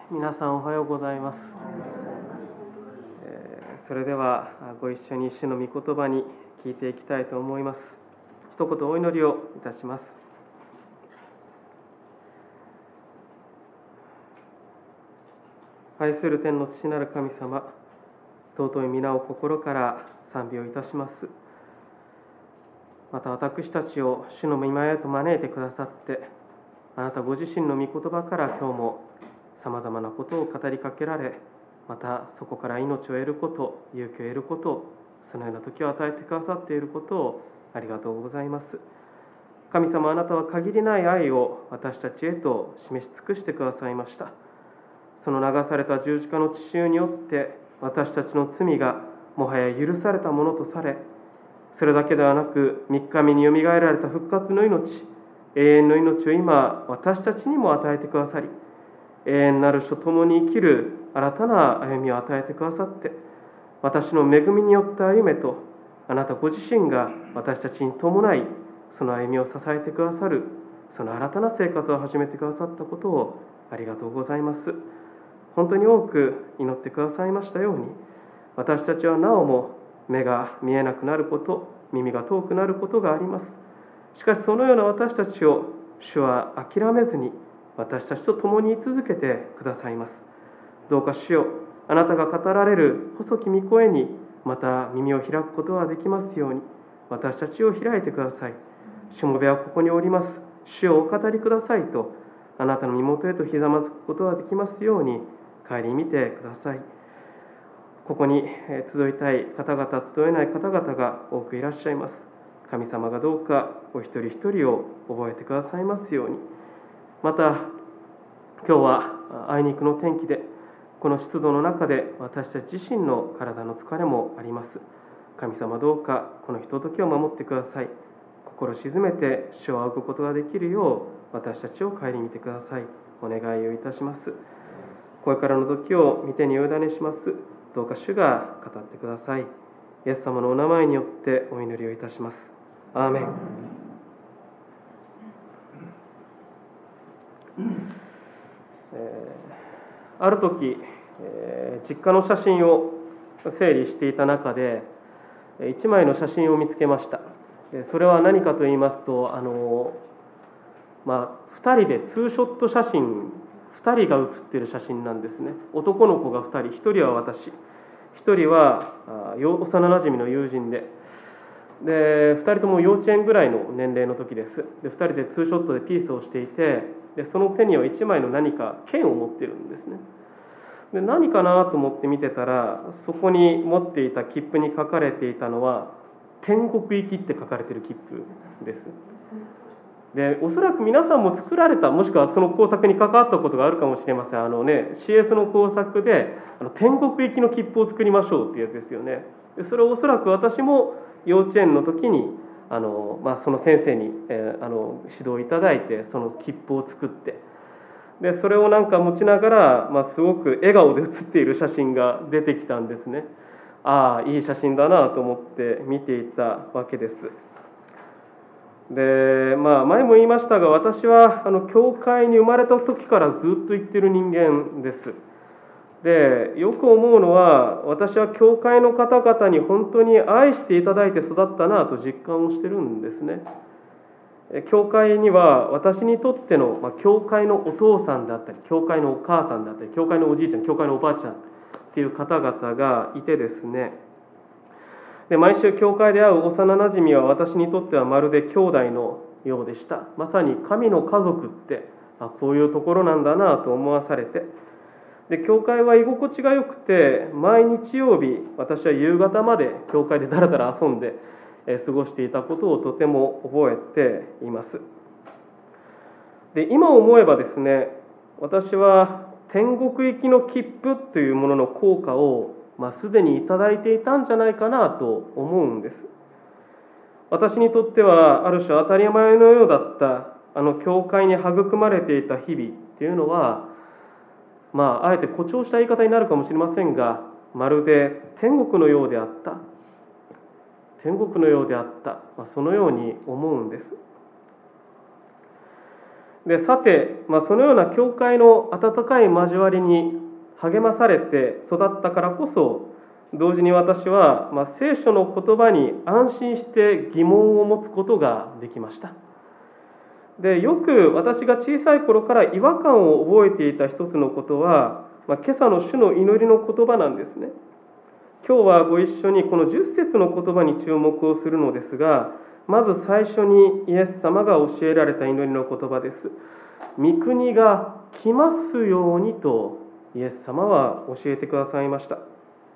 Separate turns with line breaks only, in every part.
皆さんおはようございます。それではご一緒に主の御言葉に聞いていきたいと思います。一言お祈りをいたします。愛する天の父なる神様、尊い皆を心から賛美をいたします。また私たちを主の御前へと招いてくださって、あなたご自身の御言葉から今日もさまざまなことを語りかけられ、またそこから命を得ること、勇気を得ること、そのような時を与えてくださっていることをありがとうございます。神様、あなたは限りない愛を私たちへと示し尽くしてくださいました。その流された十字架の血潮によって私たちの罪がもはや許されたものとされ、それだけではなく3日目によみがえられた復活の命、永遠の命を今私たちにも与えてくださり、永遠なる主と共に生きる新たな歩みを与えてくださって、私の恵みによって歩めとあなたご自身が私たちに伴い、その歩みを支えてくださる、その新たな生活を始めてくださったことをありがとうございます。本当に多く祈ってくださいましたように、私たちはなおも目が見えなくなること、耳が遠くなることがあります。しかしそのような私たちを主は諦めずに私たちと共に居続けてくださいます。どうか主よ、あなたが語られる細き御声にまた耳を開くことができますように、私たちを開いてください。しもべはここにおります。主をお語りくださいと、あなたの身元へとひざまずくことができますように、顧みてください。ここに集いたい方々、集えない方々が多くいらっしゃいます。神様がどうかお一人一人を覚えてくださいますように。また今日はあいにくの天気で、この湿度の中で私たち自身の体の疲れもあります。神様、どうかこのひとときを守ってください。心静めて主を仰ぐことができるよう私たちを顧みてください。お願いをいたします。これからの時を御手にお委ねします。どうか主が語ってください。イエス様のお名前によってお祈りをいたします。アーメン。ある時、実家の写真を整理していた中で1枚の写真を見つけました。それは何かと言いますと、2人でツーショット写真、2人が写っている写真なんですね。男の子が2人、1人は私、1人は幼なじみの友人で、2人とも幼稚園ぐらいの年齢の時です。2人でツーショットでピースをしていて、その手には1枚の何か剣を持っているんですね。で、何かなと思って見てたら、そこに持っていた切符に書かれていたのは天国行きって書かれている切符です。で、おそらく皆さんも作られた、もしくはその工作に関わったことがあるかもしれません。CS の工作で天国行きの切符を作りましょうっていうやつですよね。で、それをおそらく私も幼稚園の時にその先生に、指導いただいて、その切符を作って、でそれを持ちながら、すごく笑顔で写っている写真が出てきたんですね。ああ、いい写真だなと思って見ていたわけです。で、前も言いましたが、私は教会に生まれた時からずっと行っている人間です。で、よく思うのは、私は教会の方々に本当に愛していただいて育ったなと実感をしてるんですね。教会には私にとっての、教会のお父さんであったり、教会のお母さんであったり、教会のおじいちゃん、教会のおばあちゃんっていう方々がいてですね、で、毎週教会で会う幼なじみは私にとってはまるで兄弟のようでした。まさに神の家族ってこういうところなんだなと思わされて、で、教会は居心地が良くて、毎日曜日私は夕方まで教会でだらだら遊んで過ごしていたことをとても覚えています。で、今思えばですね、私は天国行きの切符というものの効果をすでにいただいていたんじゃないかなと思うんです。私にとってはある種当たり前のようだった教会に育まれていた日々っていうのは、あえて誇張した言い方になるかもしれませんが、まるで天国のようであった、天国のようであった、そのように思うんです。 でさて、そのような教会の温かい交わりに励まされて育ったからこそ、同時に私は、聖書の言葉に安心して疑問を持つことができました。でよく私が小さい頃から違和感を覚えていた一つのことは、今朝の主の祈りの言葉なんですね。今日はご一緒にこの10節の言葉に注目をするのですが、まず最初にイエス様が教えられた祈りの言葉です。御国が来ますようにとイエス様は教えてくださいました。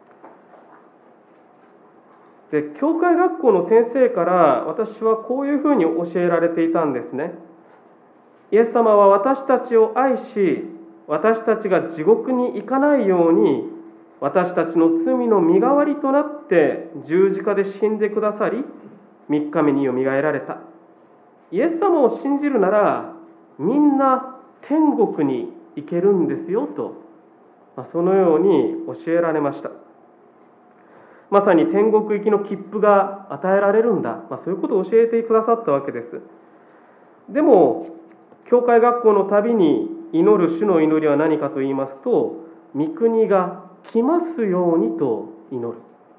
で教会学校の先生から私はこういうふうに教えられていたんですね。イエス様は私たちを愛し、私たちが地獄に行かないように、私たちの罪の身代わりとなって十字架で死んでくださり、3日目によみがえられた。イエス様を信じるならみんな天国に行けるんですよと、そのように教えられました。まさに天国行きの切符が与えられるんだ、そういうことを教えてくださったわけです。でも教会学校のたびに祈る主の祈りは何かと言いますと、御国が来ますようにと祈る。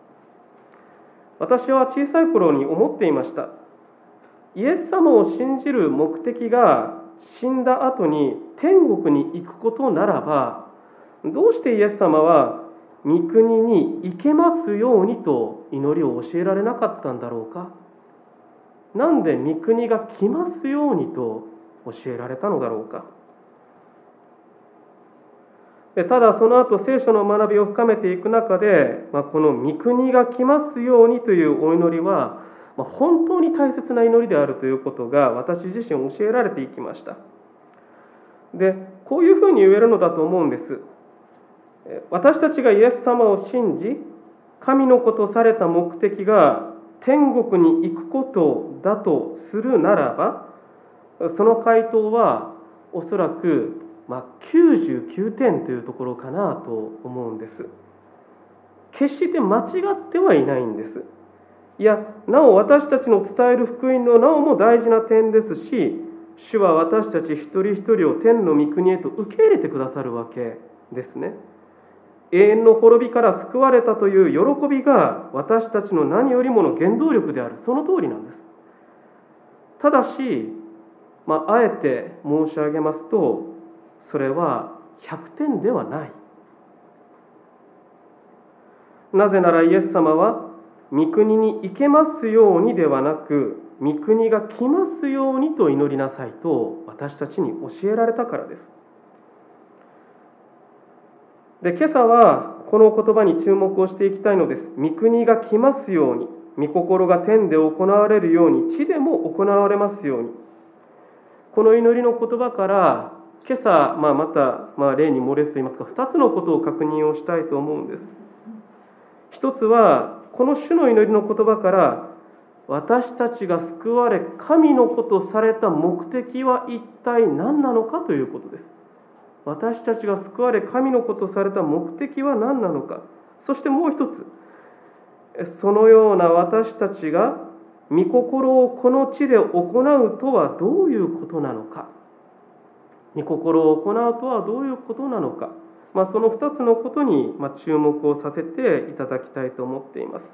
私は小さい頃に思っていました。イエス様を信じる目的が死んだ後に天国に行くことならば、どうしてイエス様は御国に行けますようにと祈りを教えられなかったんだろうか。なんで御国が来ますようにと教えられたのだろうか。ただその後聖書の学びを深めていく中で、この御国が来ますようにというお祈りは本当に大切な祈りであるということが私自身教えられていきました。でこういうふうに言えるのだと思うんです。私たちがイエス様を信じ、神の子とされた目的が天国に行くことだとするならば、その回答はおそらく99点というところかなと思うんです。決して間違ってはいないんです。いや、なお私たちの伝える福音のなおも大事な点ですし、主は私たち一人一人を天の御国へと受け入れてくださるわけですね。永遠の滅びから救われたという喜びが私たちの何よりもの原動力である。その通りなんです。ただし、あえて申し上げますと、それは100点ではない。なぜならイエス様は御国に行けますようにではなく、御国が来ますようにと祈りなさいと私たちに教えられたからです。で今朝はこの言葉に注目をしていきたいのです。御国が来ますように、御心が天で行われるように地でも行われますように。この祈りの言葉から今朝、また、例に漏れずといいますか、2つのことを確認をしたいと思うんです。一つはこの主の祈りの言葉から私たちが救われ神の子とされた目的は一体何なのかということです。私たちが救われ神の子とされた目的は何なのか。そしてもう一つ、そのような私たちが御心をこの地で行うとはどういうことなのか。御心を行うとはどういうことなのか。その2つのことに注目をさせていただきたいと思っています。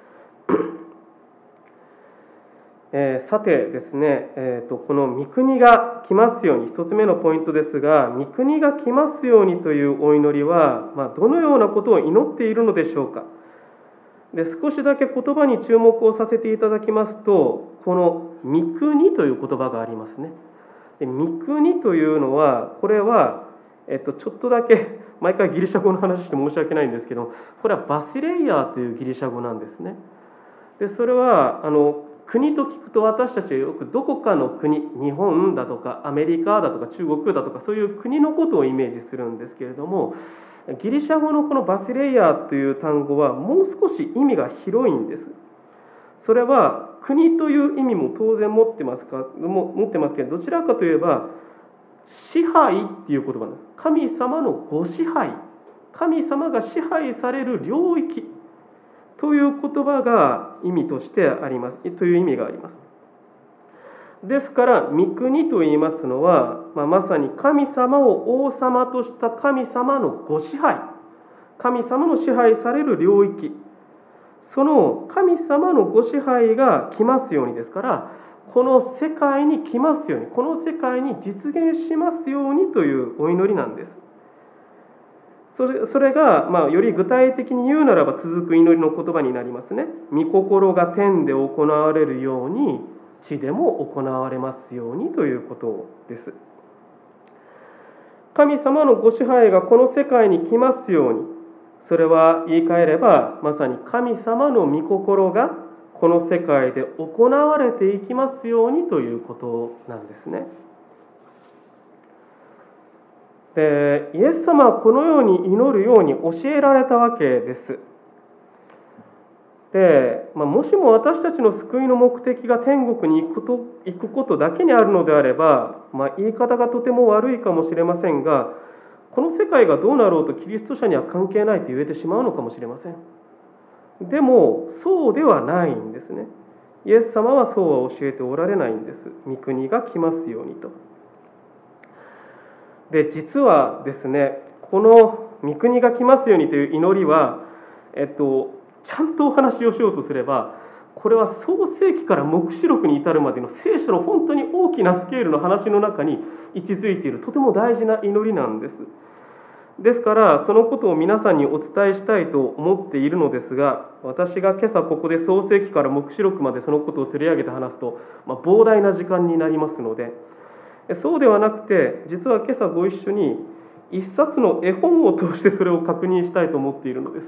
さてですね、この御国が来ますように、1つ目のポイントですが、御国が来ますようにというお祈りは、どのようなことを祈っているのでしょうか。で少しだけ言葉に注目をさせていただきますと、この御国という言葉がありますね。で御国というのは、これは、ちょっとだけ毎回ギリシャ語の話して申し訳ないんですけど、これはバシレイヤーというギリシャ語なんですね。でそれは国と聞くと私たちはよくどこかの国、日本だとかアメリカだとか中国だとかそういう国のことをイメージするんですけれども、ギリシャ語のこのバシレイヤーという単語はもう少し意味が広いんです。それは国という意味も当然持ってますけど、どちらかといえば支配っていう言葉です。神様のご支配、神様が支配される領域という言葉が意味としてありますという意味があります。ですから御国と言いますのは、 まさに神様を王様とした神様のご支配、神様の支配される領域、その神様のご支配が来ますようにですから、この世界に来ますように、この世界に実現しますようにというお祈りなんです。それが、より具体的に言うならば続く祈りの言葉になりますね。御心が天で行われるように地でも行われますようにということです。神様のご支配がこの世界に来ますように、それは言い換えればまさに神様の御心がこの世界で行われていきますようにということなんですね。で、イエス様はこのように祈るように教えられたわけです。で、もしも私たちの救いの目的が天国に行くことだけにあるのであれば、言い方がとても悪いかもしれませんが、この世界がどうなろうとキリスト者には関係ないと言えてしまうのかもしれません。でもそうではないんですね。イエス様はそうは教えておられないんです。御国が来ますようにと。で、実はですね、この御国が来ますようにという祈りは、ちゃんとお話をしようとすれば、これは創世記から黙示録に至るまでの聖書の本当に大きなスケールの話の中に位置づいているとても大事な祈りなんです。ですからそのことを皆さんにお伝えしたいと思っているのですが、私が今朝ここで創世記から黙示録までそのことを取り上げて話すと、膨大な時間になりますので、そうではなくて、実は今朝ご一緒に一冊の絵本を通してそれを確認したいと思っているのです。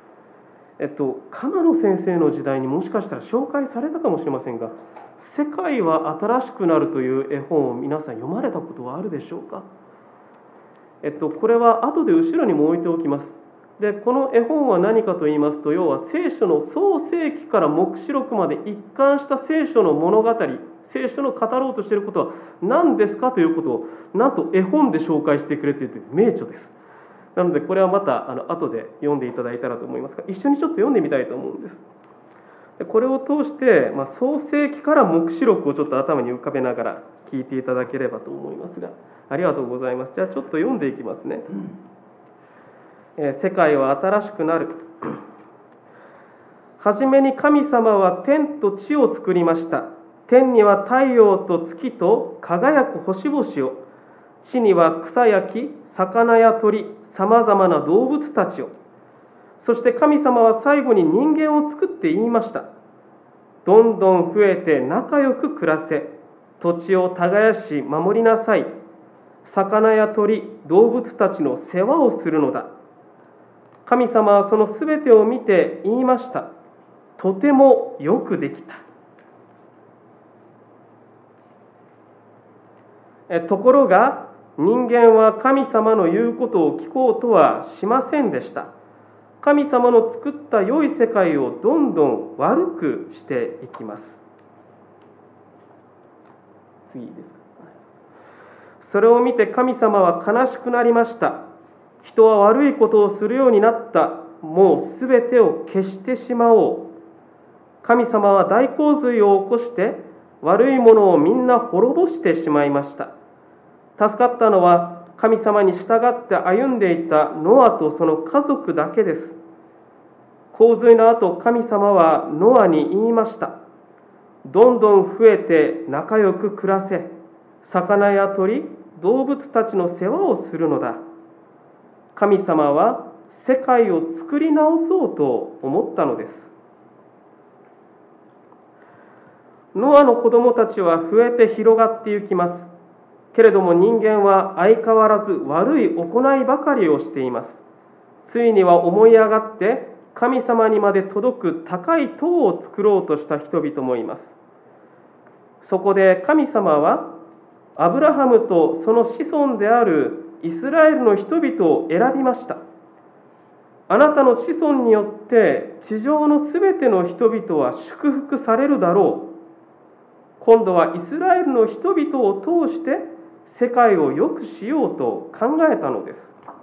鎌野先生の時代にもしかしたら紹介されたかもしれませんが、世界は新しくなるという絵本を皆さん読まれたことはあるでしょうか。これは後で後ろにも置いておきます。で、この絵本は何かと言いますと、要は聖書の創世記から黙示録まで一貫した聖書の物語、聖書の語ろうとしていることは何ですかということを、なんと絵本で紹介してくれているという名著です。なのでこれはまた後で読んでいただいたらと思いますが、一緒にちょっと読んでみたいと思うんです。で、これを通して、創世記から黙示録をちょっと頭に浮かべながら聞いていただければと思いますが、ありがとうございます。じゃあちょっと読んでいきますね。世界は新しくなる。はじめに神様は天と地を作りました。天には太陽と月と輝く星々を、地には草や木、魚や鳥、さまざまな動物たちを。そして神様は最後に人間を作って言いました。どんどん増えて仲良く暮らせ、土地を耕し守りなさい。魚や鳥、動物たちの世話をするのだ。神様はそのすべてを見て言いました。とてもよくできた。ところが人間は神様の言うことを聞こうとはしませんでした。神様の作った良い世界をどんどん悪くしていきます。次です。それを見て神様は悲しくなりました。人は悪いことをするようになった。もうすべてを消してしまおう。神様は大洪水を起こして悪いものをみんな滅ぼしてしまいました。助かったのは神様に従って歩んでいたノアとその家族だけです。洪水の後、神様はノアに言いました。どんどん増えて仲良く暮らせ。魚や鳥、動物たちの世話をするのだ。神様は世界を作り直そうと思ったのです。ノアの子供たちは増えて広がっていきます。けれども人間は相変わらず悪い行いばかりをしています。ついには思い上がって神様にまで届く高い塔を作ろうとした人々もいます。そこで神様はアブラハムとその子孫であるイスラエルの人々を選びました。あなたの子孫によって地上のすべての人々は祝福されるだろう。今度はイスラエルの人々を通して世界を良くしようと考えたのです。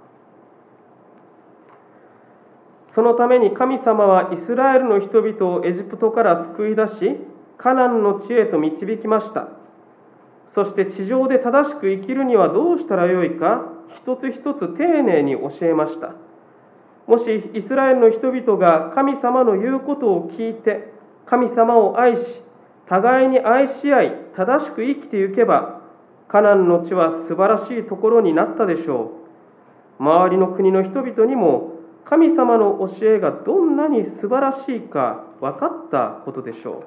そのために神様はイスラエルの人々をエジプトから救い出し、カナンの地へと導きました。 そして地上で正しく生きるにはどうしたらよいか、一つ一つ丁寧に教えました。もしイスラエルの人々が神様の言うことを聞いて、神様を愛し、互いに愛し合い、正しく生きていけば、カナンの地は素晴らしいところになったでしょう。周りの国の人々にも、神様の教えがどんなに素晴らしいか分かったことでしょ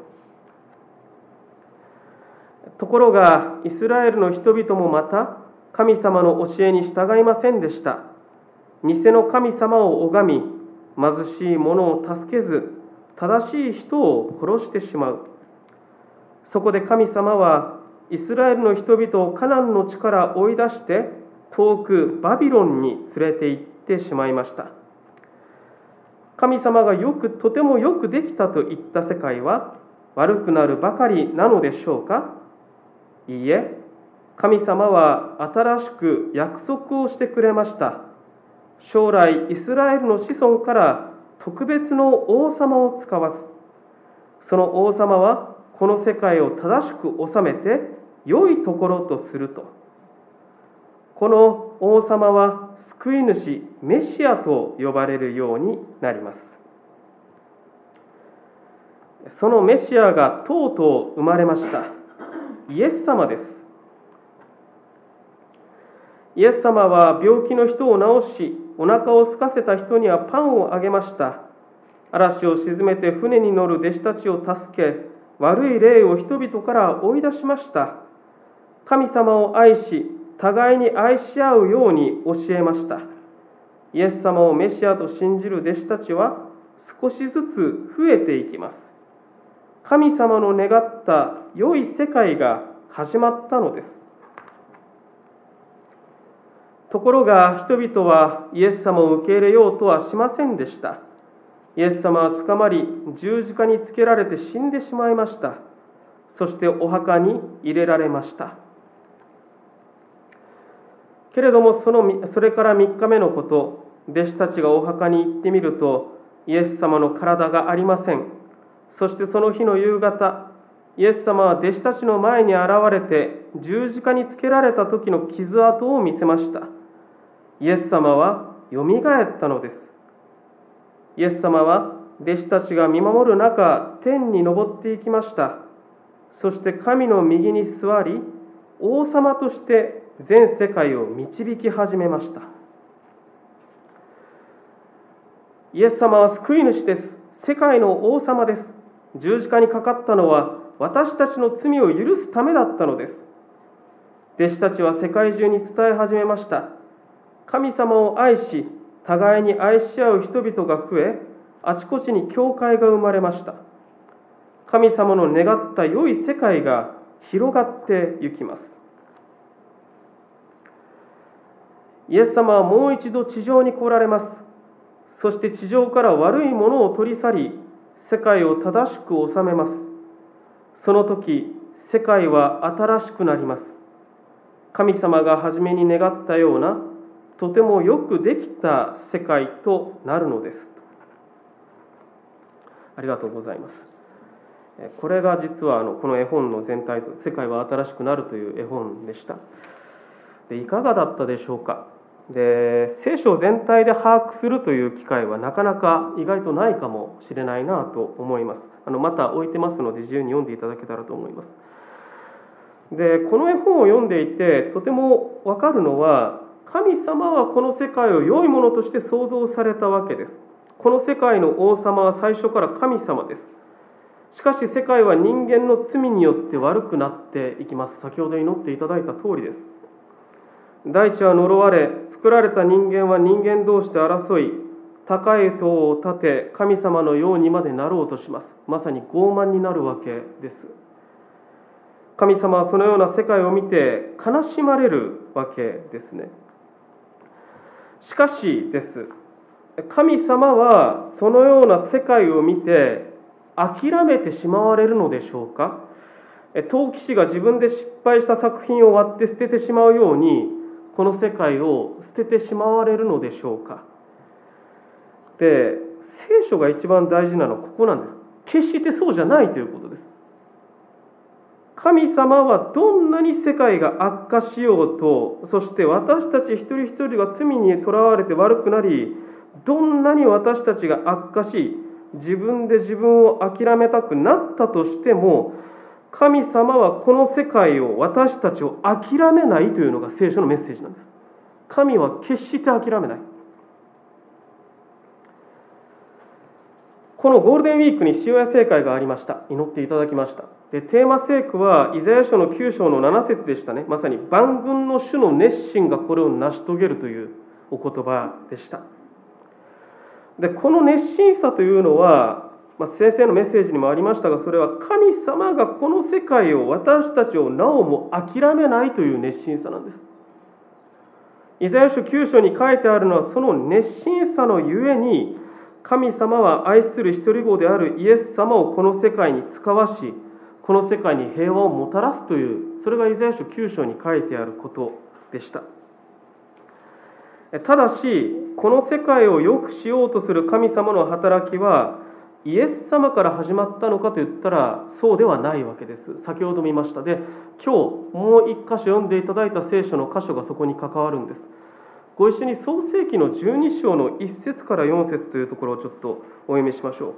う。ところが、イスラエルの人々もまた、神様の教えに従いませんでした。偽の神様を拝み、貧しい者を助けず、正しい人を殺してしまう。そこで神様は、イスラエルの人々をカナンの地から追い出して、遠くバビロンに連れて行ってしまいました。神様がとてもよくできたと言った世界は、悪くなるばかりなのでしょうか。いいえ、神様は新しく約束をしてくれました。将来イスラエルの子孫から特別の王様を使わす。その王様はこの世界を正しく治めて良いところとすると。この王様は救い主メシアと呼ばれるようになります。そのメシアがとうとう生まれました。イエス様です。イエス様は病気の人を治し、お腹を空かせた人にはパンをあげました。嵐を鎮めて船に乗る弟子たちを助け、悪い霊を人々から追い出しました。神様を愛し、互いに愛し合うように教えました。イエス様をメシアと信じる弟子たちは少しずつ増えていきます。神様の願った良い世界が始まったのです。ところが人々はイエス様を受け入れようとはしませんでした。イエス様は捕まり、十字架につけられて死んでしまいました。そしてお墓に入れられました。けれどもそれから3日目のこと、弟子たちがお墓に行ってみると、イエス様の体がありません。そしてその日の夕方、イエス様は弟子たちの前に現れて、十字架につけられた時の傷跡を見せました。イエス様はよみがえったのです。イエス様は弟子たちが見守る中、天に昇っていきました。そして神の右に座り、王様として全世界を導き始めました。イエス様は救い主です。世界の王様です。十字架にかかったのは私たちの罪を許すためだったのです。弟子たちは世界中に伝え始めました。神様を愛し、互いに愛し合う人々が増え、あちこちに教会が生まれました。神様の願った良い世界が広がってゆきます。イエス様はもう一度地上に来られます。そして地上から悪いものを取り去り、世界を正しく治めます。その時、世界は新しくなります。神様が初めに願ったような、とてもよくできた世界となるのです。ありがとうございます。これが実はこの絵本の全体像、世界は新しくなるという絵本でした。で、いかがだったでしょうか。で、聖書を全体で把握するという機会はなかなか意外とないかもしれないなと思います。また置いてますので自由に読んでいただけたらと思います。で、この絵本を読んでいてとても分かるのは、神様はこの世界を良いものとして創造されたわけです。この世界の王様は最初から神様です。しかし世界は人間の罪によって悪くなっていきます。先ほど祈っていただいた通りです。大地は呪われ、作られた人間は人間同士で争い、高い塔を建て、神様のようにまでなろうとします。まさに傲慢になるわけです。神様はそのような世界を見て悲しまれるわけですね。しかしです、神様はそのような世界を見て諦めてしまわれるのでしょうか。陶器師が自分で失敗した作品を割って捨ててしまうように、この世界を捨ててしまわれるのでしょうか。で、聖書が一番大事なのはここなんです。決してそうじゃないということです。 神様はどんなに世界が悪化しようと、そして私たち一人一人が罪にとらわれて悪くなり、どんなに私たちが悪化し、自分で自分を諦めたくなったとしても、神様はこの世界を、私たちを諦めないというのが聖書のメッセージなんです。神は決して諦めない。このゴールデンウィークに塩屋聖会がありました。祈っていただきました。で、テーマ聖句はイザヤ書の9章の7節でしたね。まさに万軍の主の熱心がこれを成し遂げるというお言葉でした。で、この熱心さというのは、先生のメッセージにもありましたが、それは神様がこの世界を、私たちをなおも諦めないという熱心さなんです。イザヤ書9章に書いてあるのは、その熱心さのゆえに、神様は愛する一人子であるイエス様をこの世界に使わし、この世界に平和をもたらすという、それがイザヤ書9章に書いてあることでした。ただし、この世界を良くしようとする神様の働きは、イエス様から始まったのかといったら、そうではないわけです。先ほど見ました。で、今日もう一箇所読んでいただいた聖書の箇所がそこに関わるんです。ご一緒に創世記の12章の1節から4節というところをちょっとお読みしましょう。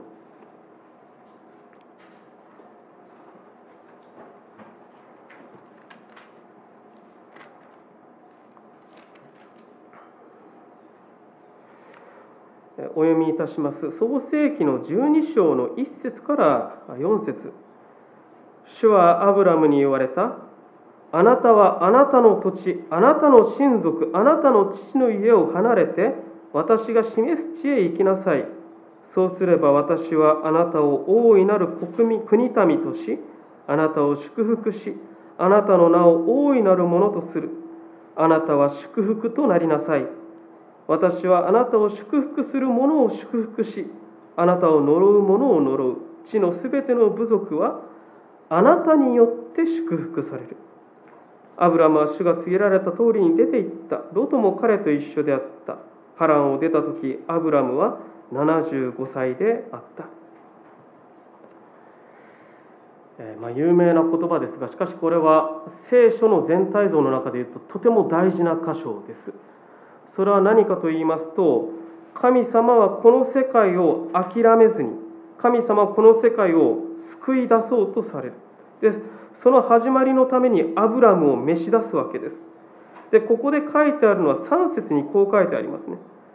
お読みいたします。創世記の12章の1節から4節。主はアブラムに言われた。あなたはあなたの土地、あなたの親族、あなたの父の家を離れて、私が示す地へ行きなさい。そうすれば私はあなたを大いなる国民とし、あなたを祝福し、あなたの名を大いなるものとする。あなたは祝福となりなさい。私はあなたを祝福する者を祝福し、あなたを呪う者を呪う。地のすべての部族はあなたによって祝福される。アブラムは主が告げられた通りに出て行った。ロトも彼と一緒であった。ハランを出たとき、アブラムは75歳であった。有名な言葉ですが、しかしこれは聖書の全体像の中でいうととても大事な箇所です。それは何かと言いますと、神様はこの世界を諦めずに、神様はこの世界を救い出そうとされる。で、その始まりのためにアブラムを召し出すわけです。で、ここで書いてあるのは3節にこう書いてありますね。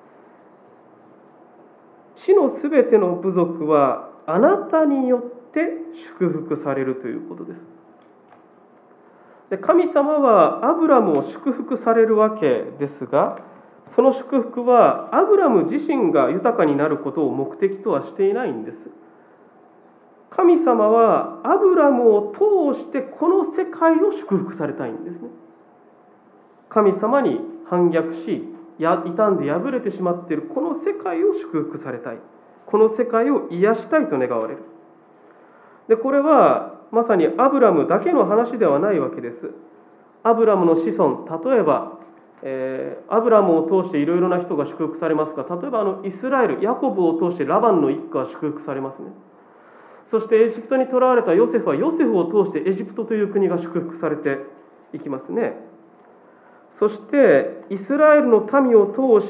地のすべての部族はあなたによって祝福されるということです。で、神様はアブラムを祝福されるわけですが、その祝福はアブラム自身が豊かになることを目的とはしていないんです。神様はアブラムを通してこの世界を祝福されたいんですね。神様に反逆し、傷んで破れてしまっているこの世界を祝福されたい。この世界を癒したいと願われる。で、これはまさにアブラムだけの話ではないわけです。アブラムの子孫、例えばアブラムを通していろいろな人が祝福されますが、例えばイスラエル、ヤコブを通してラバンの一家は祝福されますね。そしてエジプトに囚われたヨセフはヨセフを通してエジプトという国が祝福されていきますね。そしてイスラエルの民を通して、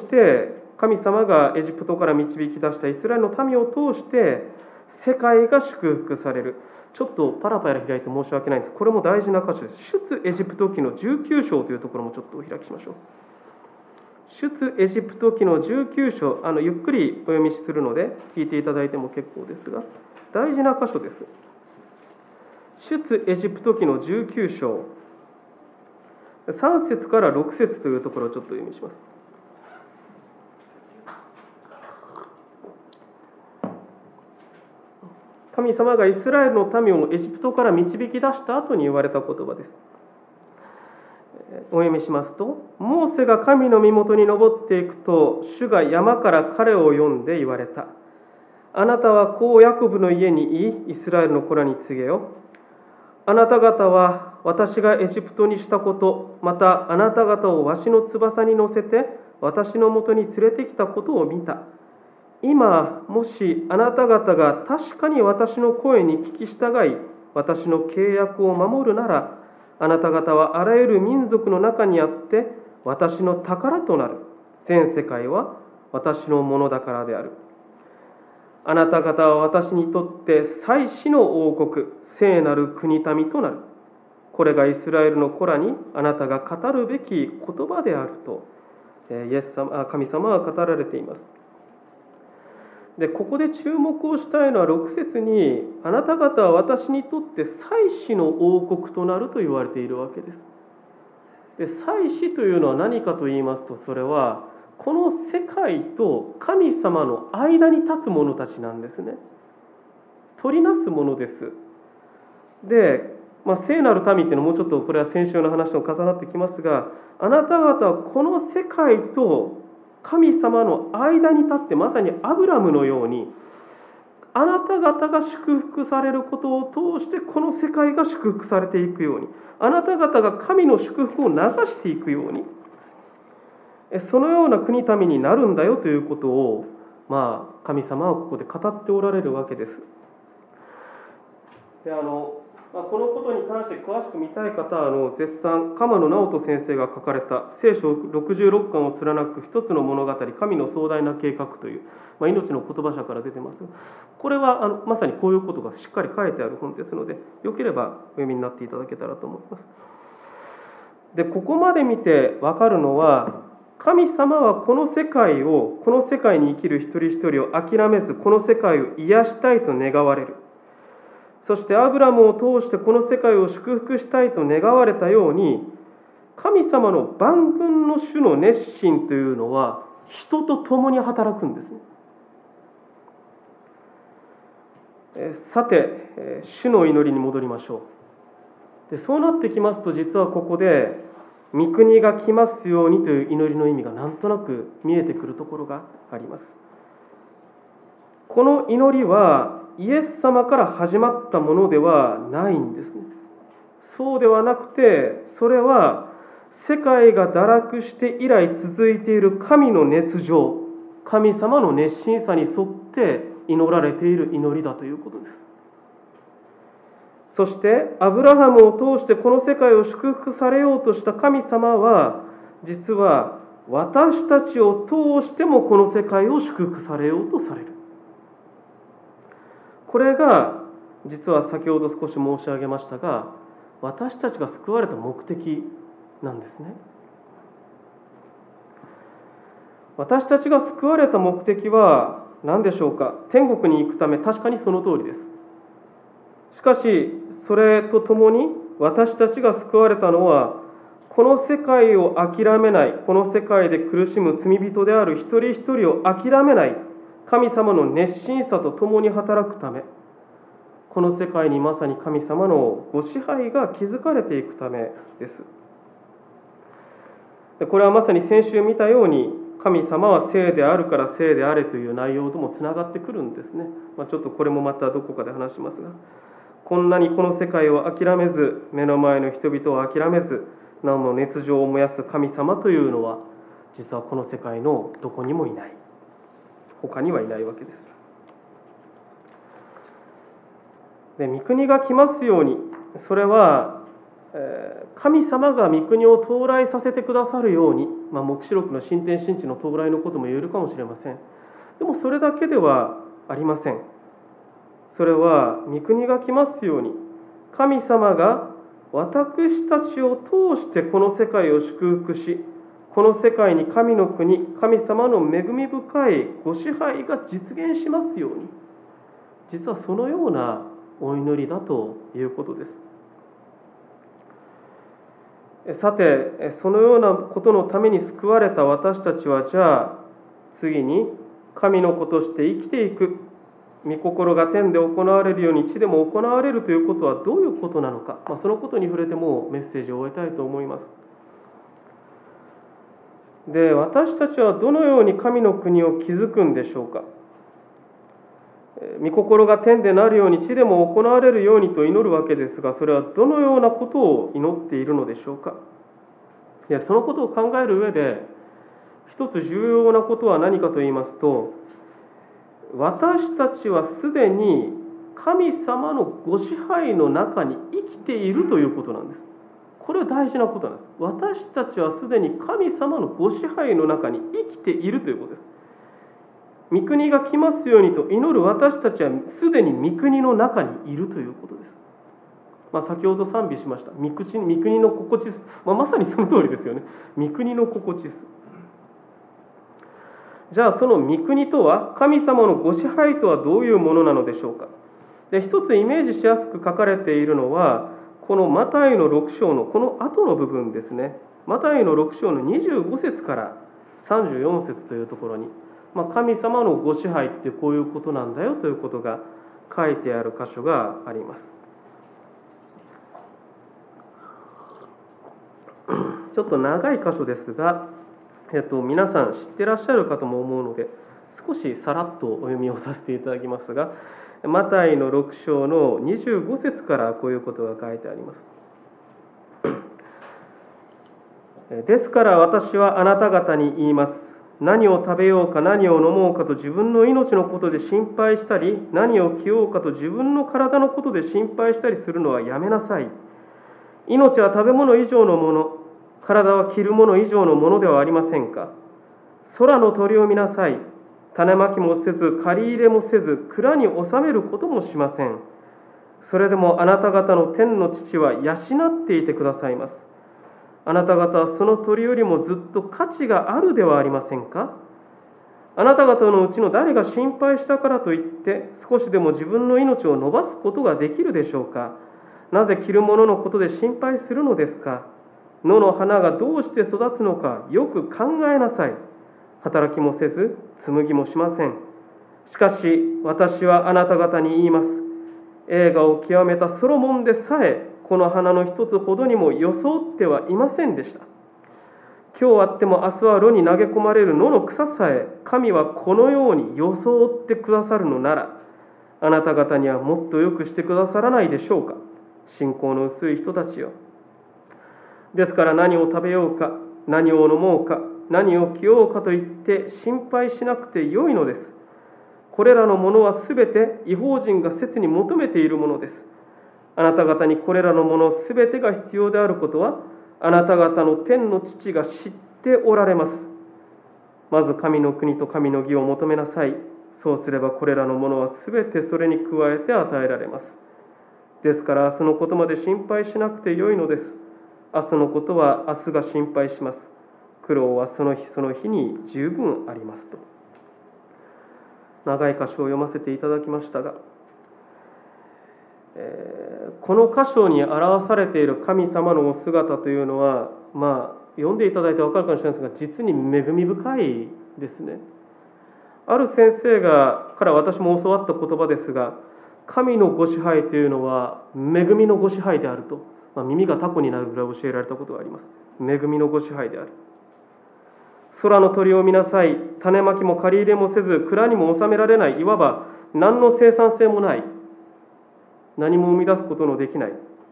神様がエジプトから導き出したイスラエルの民を通して世界が祝福される。ちょっとパラパラ開いて申し訳ないんです。これも大事な箇所です。出エジプト記の19章というところもちょっとお開きしましょう。出エジプト記の19章、ゆっくりお読みするので聞いていただいても結構ですが、大事な箇所です。出エジプト記の19章、3節から6節というところをちょっとお読みします。神様がイスラエルの民をエジプトから導き出した後に言われた言葉です。お読みしますと、モーセが神の身元に登っていくと、主が山から彼を呼んで言われた。あなたはこうヤコブの家に言い、イスラエルの子らに告げよ。あなた方は私がエジプトにしたこと、またあなた方をわしの翼に乗せて私のもとに連れてきたことを見た。今もしあなた方が確かに私の声に聞き従い、 私の契約を守るなら、あなた方はあらゆる民族の中にあって私の宝となる。全世界は私のものだからである。あなた方は私にとって祭司の王国、聖なる国民となる。これがイスラエルの子らにあなたが語るべき言葉であると、神様は語られています。で、ここで注目をしたいのは6節に、あなた方は私にとって祭司の王国となると言われているわけです。で、祭司というのは何かと言いますと、それはこの世界と神様の間に立つ者たちなんですね。取りなすものです。で、聖なる民っていうのはもうちょっとこれは先週の話と重なってきますが、あなた方はこの世界と神様の間に立って、まさにアブラムのように、あなた方が祝福されることを通してこの世界が祝福されていくように、あなた方が神の祝福を流していくように、そのような国民になるんだよということを、神様はここで語っておられるわけです。で、このことに関して詳しく見たい方は、絶賛鎌野直人先生が書かれた聖書66巻を貫く一つの物語、神の壮大な計画という、命の言葉社から出てます。これはまさにこういうことがしっかり書いてある本ですので、よければお読みになっていただけたらと思います。で、ここまで見て分かるのは、神様はこの世界に生きる一人一人を諦めず、この世界を癒したいと願われる。そしてアブラムを通してこの世界を祝福したいと願われたように、神様の万軍の主の熱心というのは人と共に働くんですね。さて、主の祈りに戻りましょう。で、そうなってきますと、実はここで御国が来ますようにという祈りの意味がなんとなく見えてくるところがあります。この祈りはイエス様から始まったものではないんですね。そうではなくて、それは世界が堕落して以来続いている神の熱情、神様の熱心さに沿って祈られている祈りだということです。そしてアブラハムを通してこの世界を祝福されようとした神様は、実は私たちを通してもこの世界を祝福されようとされる。これが実は先ほど少し申し上げましたが、私たちが救われた目的なんですね。私たちが救われた目的は何でしょうか。天国に行くため、確かにその通りです。しかしそれとともに、私たちが救われたのはこの世界を諦めない、この世界で苦しむ罪人である一人一人を諦めない神様の熱心さと共に働くため、この世界にまさに神様のご支配が築かれていくためです。これはまさに先週見たように、神様は聖であるから聖であれという内容ともつながってくるんですね。ちょっとこれもまたどこかで話しますが、こんなにこの世界を諦めず、目の前の人々を諦めず、なおの熱情を燃やす神様というのは、実はこの世界のどこにもいない、他にはいないわけです。で、御国が来ますように、それは神様が御国を到来させてくださるように、黙示録の新天新地の到来のことも言えるかもしれません。でもそれだけではありません。それは御国が来ますように、神様が私たちを通してこの世界を祝福し、この世界に神の国、神様の恵み深いご支配が実現しますように、実はそのようなお祈りだということです。さて、そのようなことのために救われた私たちは、じゃあ次に神の子として生きていく、御心が天で行われるように地でも行われるということはどういうことなのか、そのことに触れてもメッセージを終えたいと思います。で、私たちはどのように神の国を築くんでしょうか。御心が天でなるように地でも行われるようにと祈るわけですが、それはどのようなことを祈っているのでしょうか。そのことを考える上で、一つ重要なことは何かと言いますと、私たちはすでに神様のご支配の中に生きているということなんです。これは大事なことなんです。私たちはすでに神様のご支配の中に生きているということです。御国が来ますようにと祈る私たちはすでに御国の中にいるということです。先ほど賛美しました御国の心地す、まさにその通りですよね。御国の心地す。じゃあその御国とは、神様のご支配とはどういうものなのでしょうか。で、一つイメージしやすく書かれているのは、このマタイの6章のこの後の部分ですね。マタイの6章の25節から34節というところに、神様のご支配ってこういうことなんだよということが書いてある箇所があります。ちょっと長い箇所ですが、皆さん知ってらっしゃるかとも思うので、少しさらっとお読みをさせていただきますが、マタイの6章の25節からこういうことが書いてあります。ですから私はあなた方に言います。何を食べようか何を飲もうかと自分の命のことで心配したり、何を着ようかと自分の体のことで心配したりするのはやめなさい。命は食べ物以上のもの、体は着るもの以上のものではありませんか。空の鳥を見なさい。種まきもせず、借り入れもせず、蔵に収めることもしません。それでもあなた方の天の父は養っていてくださいます。あなた方はその鳥よりもずっと価値があるではありませんか。あなた方のうちの誰が心配したからといって少しでも自分の命を延ばすことができるでしょうか。なぜ着るもののことで心配するのですか。野の花がどうして育つのかよく考えなさい。働きもせず紡ぎもしません。しかし私はあなた方に言います。栄華を極めたソロモンでさえこの花の一つほどにも装ってはいませんでした。今日あっても明日は炉に投げ込まれる野の草さえ神はこのように装ってくださるのなら、あなた方にはもっとよくしてくださらないでしょうか。信仰の薄い人たちよ。ですから何を食べようか何を飲もうか何を着ようかといって心配しなくてよいのです。これらのものはすべて異邦人が切に求めているものです。あなた方にこれらのものすべてが必要であることはあなた方の天の父が知っておられます。まず神の国と神の義を求めなさい。そうすればこれらのものはすべてそれに加えて与えられます。ですから明日のことまで心配しなくてよいのです。明日のことは明日が心配します。苦労はその日その日に十分ありますと。長い箇所を読ませていただきましたが、この箇所に表されている神様のお姿というのは、読んでいただいて分かるかもしれないですが、実に恵み深いですね。ある先生から私も教わった言葉ですが、神のご支配というのは恵みのご支配であると、耳がタコになるぐらい教えられたことがあります。恵みのご支配である。空の鳥を見なさい。種まきも借り入れもせず蔵にも収められない、いわば何の生産性もない、何も生み出すことのできない、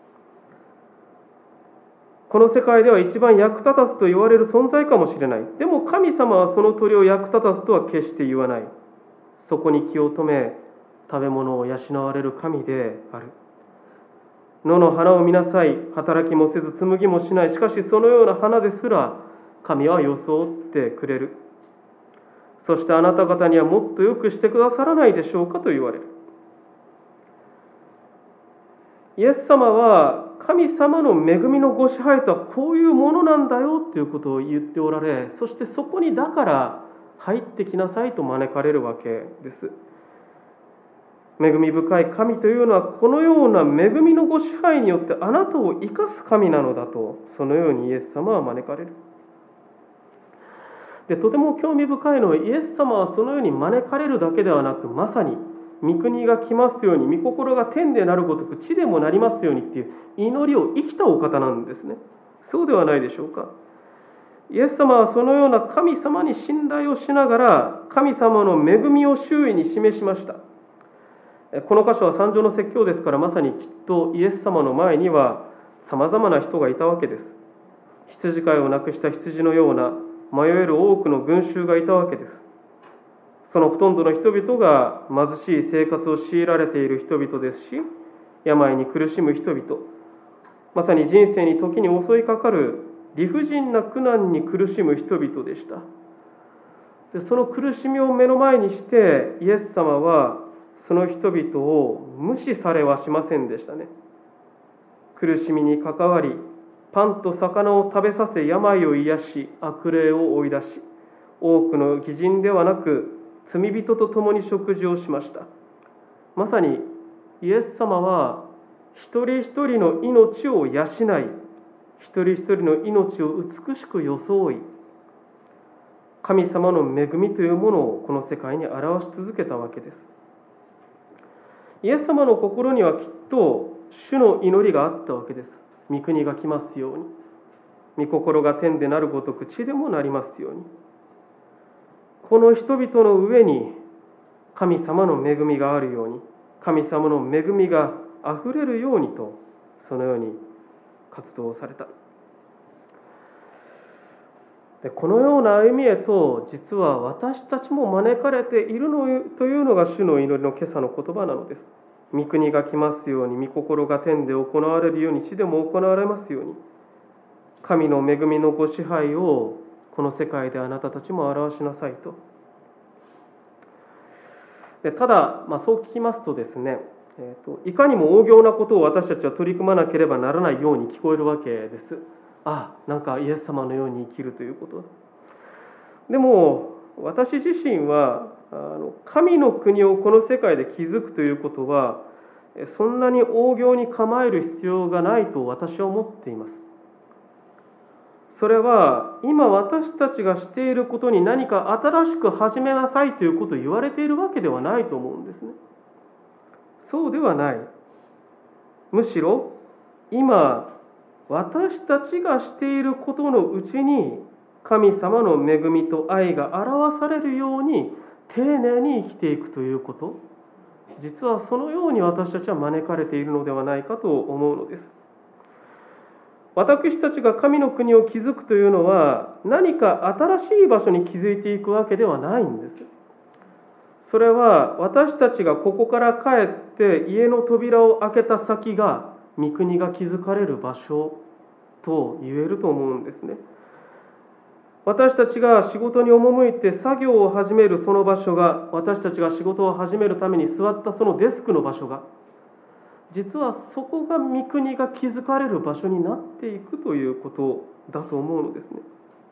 この世界では一番役立たずと言われる存在かもしれない。でも神様はその鳥を役立たずとは決して言わない。そこに気を留め食べ物を養われる神である。野の花を見なさい。働きもせず紡ぎもしない。しかしそのような花ですら神は装ってくれる。そしてあなた方にはもっとよくしてくださらないでしょうかと言われる。イエス様は神様の恵みのご支配とはこういうものなんだよということを言っておられ、そしてそこにだから入ってきなさいと招かれるわけです。恵み深い神というのはこのような恵みのご支配によってあなたを生かす神なのだと、そのようにイエス様は招かれる。で、とても興味深いのは、イエス様はそのように招かれるだけではなく、まさに御国が来ますように、御心が天でなるごとく地でもなりますようにっていう祈りを生きたお方なんですね。そうではないでしょうか。イエス様はそのような神様に信頼をしながら神様の恵みを周囲に示しました。この箇所は三条の説教ですから、まさにきっとイエス様の前にはさまざまな人がいたわけです。羊飼いを亡くした羊のような迷える多くの群衆がいたわけです。 そのほとんどの人々が貧しい生活を強いられている人々ですし、病に苦しむ人々、まさに人生に時に襲いかかる理不尽な苦難に苦しむ人々でした。でその苦しみを目の前にしてイエス様はその人々を無視されはしませんでしたね。苦しみに関わり、パンと魚を食べさせ病を癒し、悪霊を追い出し、多くの義人ではなく罪人と共に食事をしました。まさにイエス様は一人一人の命を養い、一人一人の命を美しく装い、神様の恵みというものをこの世界に表し続けたわけです。イエス様の心にはきっと主の祈りがあったわけです。御国が来ますように、御心が天でなるごとく地でもなりますように。この人々の上に神様の恵みがあるように、神様の恵みがあふれるようにと、そのように活動をされた。でこのような歩みへと、実は私たちも招かれているのというのが主の祈りの今朝の言葉なのです。御国が来ますように、御心が天で行われるように地でも行われますように、神の恵みのご支配をこの世界であなたたちも表しなさいと。でただ、そう聞きますとですね、いかにも大仰なことを私たちは取り組まなければならないように聞こえるわけです。なんかイエス様のように生きるということ。でも私自身は神の国をこの世界で築くということはそんなに大仰に構える必要がないと私は思っています。それは今私たちがしていることに何か新しく始めなさいということを言われているわけではないと思うんですね。そうではない。むしろ今私たちがしていることのうちに神様の恵みと愛が表されるように丁寧に生きていくということ、実はそのように私たちは招かれているのではないかと思うのです。私たちが神の国を築くというのは何か新しい場所に築いていくわけではないんです。それは私たちがここから帰って家の扉を開けた先が御国が築かれる場所と言えると思うんですね。私たちが仕事に赴いて作業を始めるその場所が、私たちが仕事を始めるために座ったそのデスクの場所が、実はそこが御国が築かれる場所になっていくということだと思うのですね。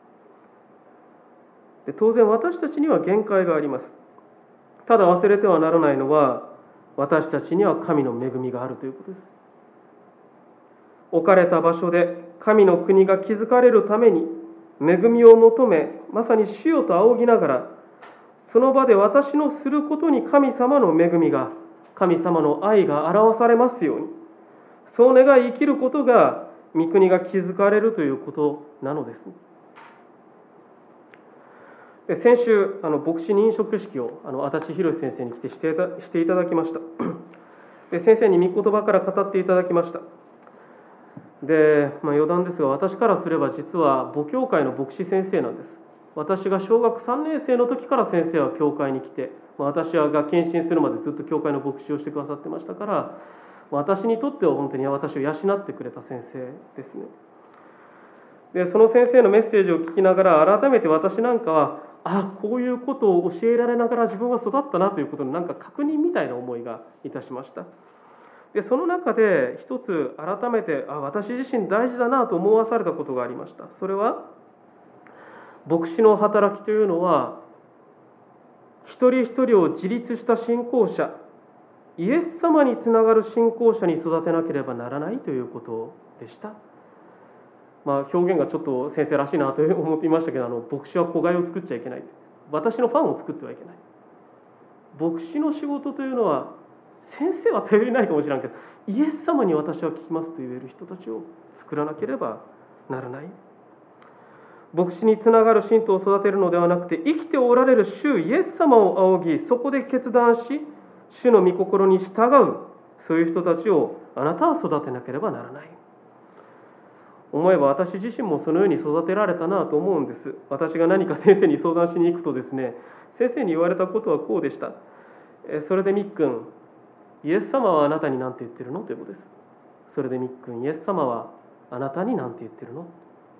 で当然私たちには限界があります。ただ忘れてはならないのは、私たちには神の恵みがあるということです。置かれた場所で神の国が築かれるために恵みを求め、まさに主よと仰ぎながら、その場で私のすることに神様の恵みが、神様の愛が表されますように、そう願い生きることが御国が築かれるということなのです。先週牧師認証式を足立博先生に来てしていただきました。先生に御言葉から語っていただきました。で、余談ですが、私からすれば実は母教会の牧師先生なんです。私が小学3年生の時から先生は教会に来て、私が献身するまでずっと教会の牧師をしてくださってましたから、私にとっては本当に私を養ってくれた先生ですね。でその先生のメッセージを聞きながら、改めて私なんかはこういうことを教えられながら自分は育ったなということのなんか確認みたいな思いがいたしました。でその中で一つ改めて私自身大事だなと思わされたことがありました。それは牧師の働きというのは、一人一人を自立した信仰者、イエス様につながる信仰者に育てなければならないということでした。表現がちょっと先生らしいなと思っていましたけど、牧師は子飼いを作っちゃいけない、私のファンを作ってはいけない。牧師の仕事というのは、先生は頼りないかもしれないけど、イエス様に私は聞きますと言える人たちを作らなければならない。牧師につながる信徒を育てるのではなくて、生きておられる主イエス様を仰ぎ、そこで決断し、主の御心に従う、そういう人たちをあなたは育てなければならない。思えば私自身もそのように育てられたなと思うんです。私が何か先生に相談しに行くとですね、 先生に言われたことはこうでした。それでみっくん、イエス様はあなたに何て言ってるのということです。それでみっくん、イエス様はあなたに何て言ってるの。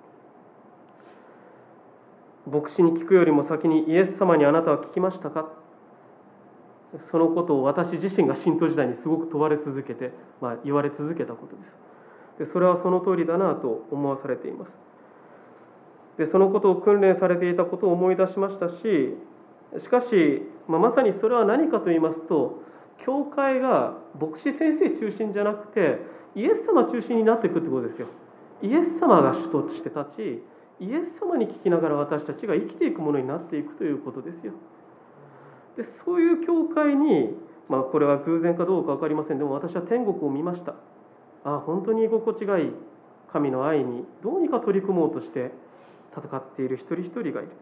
牧師に聞くよりも先にイエス様にあなたは聞きましたか。そのことを私自身が信徒時代にすごく問われ続けて、言われ続けたことです。それはその通りだなと思わされています。でそのことを訓練されていたことを思い出しましたし、しかし、まさにそれは何かと言いますと、教会が牧師先生中心じゃなくてイエス様中心になっていくってことですよ。イエス様が主として立ち、イエス様に聞きながら私たちが生きていくものになっていくということですよ。でそういう教会に、これは偶然かどうか分かりません。でも私は天国を見ました。本当に居心地がいい神の愛にどうにか取り組もうとして戦っている一人一人がいる。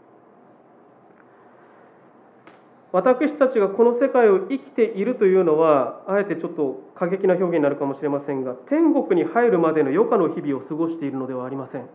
私たちがこの世界を生きているというのは、あえてちょっと過激な表現になるかもしれませんが、天国に入るまでの余暇の日々を過ごしているのではありません。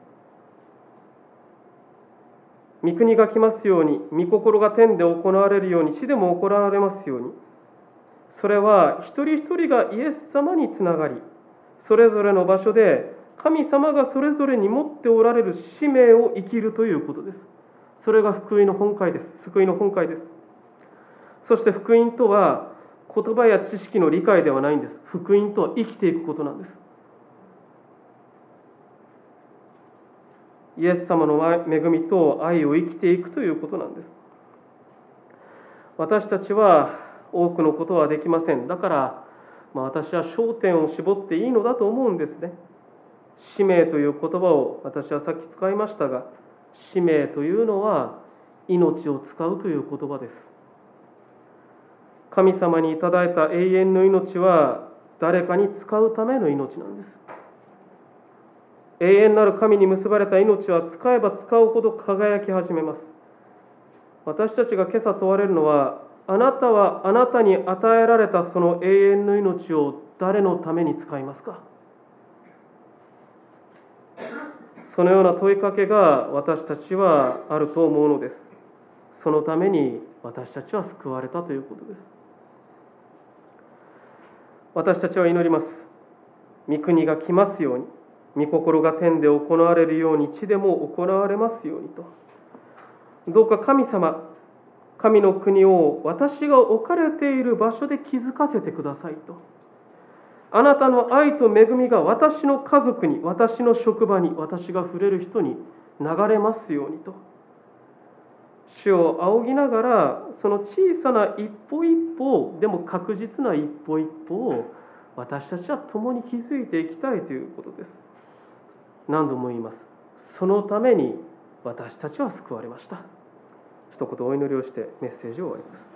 御国が来ますように、御心が天で行われるように地でも行われますように。それは一人一人がイエス様につながり、それぞれの場所で神様がそれぞれに持っておられる使命を生きるということです。それが福音の本懐です。救いの本懐です。そして福音とは言葉や知識の理解ではないんです。福音とは生きていくことなんです。イエス様の恵みと愛を生きていくということなんです。私たちは多くのことはできません。だから、私は焦点を絞っていいのだと思うんですね。使命という言葉を私はさっき使いましたが、使命というのは命を使うという言葉です。神様にいただいた永遠の命は誰かに使うための命なんです。永遠なる神に結ばれた命は使えば使うほど輝き始めます。私たちが今朝問われるのは、あなたはあなたに与えられたその永遠の命を誰のために使いますか。そのような問いかけが私たちはあると思うのです。そのために私たちは救われたということです。私たちは祈ります。御国が来ますように、御心が天で行われるように地でも行われますようにと。どうか神様、神の国を私が置かれている場所で気づかせてくださいと。あなたの愛と恵みが私の家族に、私の職場に、私が触れる人に流れますようにと。主を仰ぎながら、その小さな一歩一歩、でも確実な一歩一歩を私たちは共に築いていきたいということです。何度も言います。そのために私たちは救われました。一言お祈りをしてメッセージを終わります。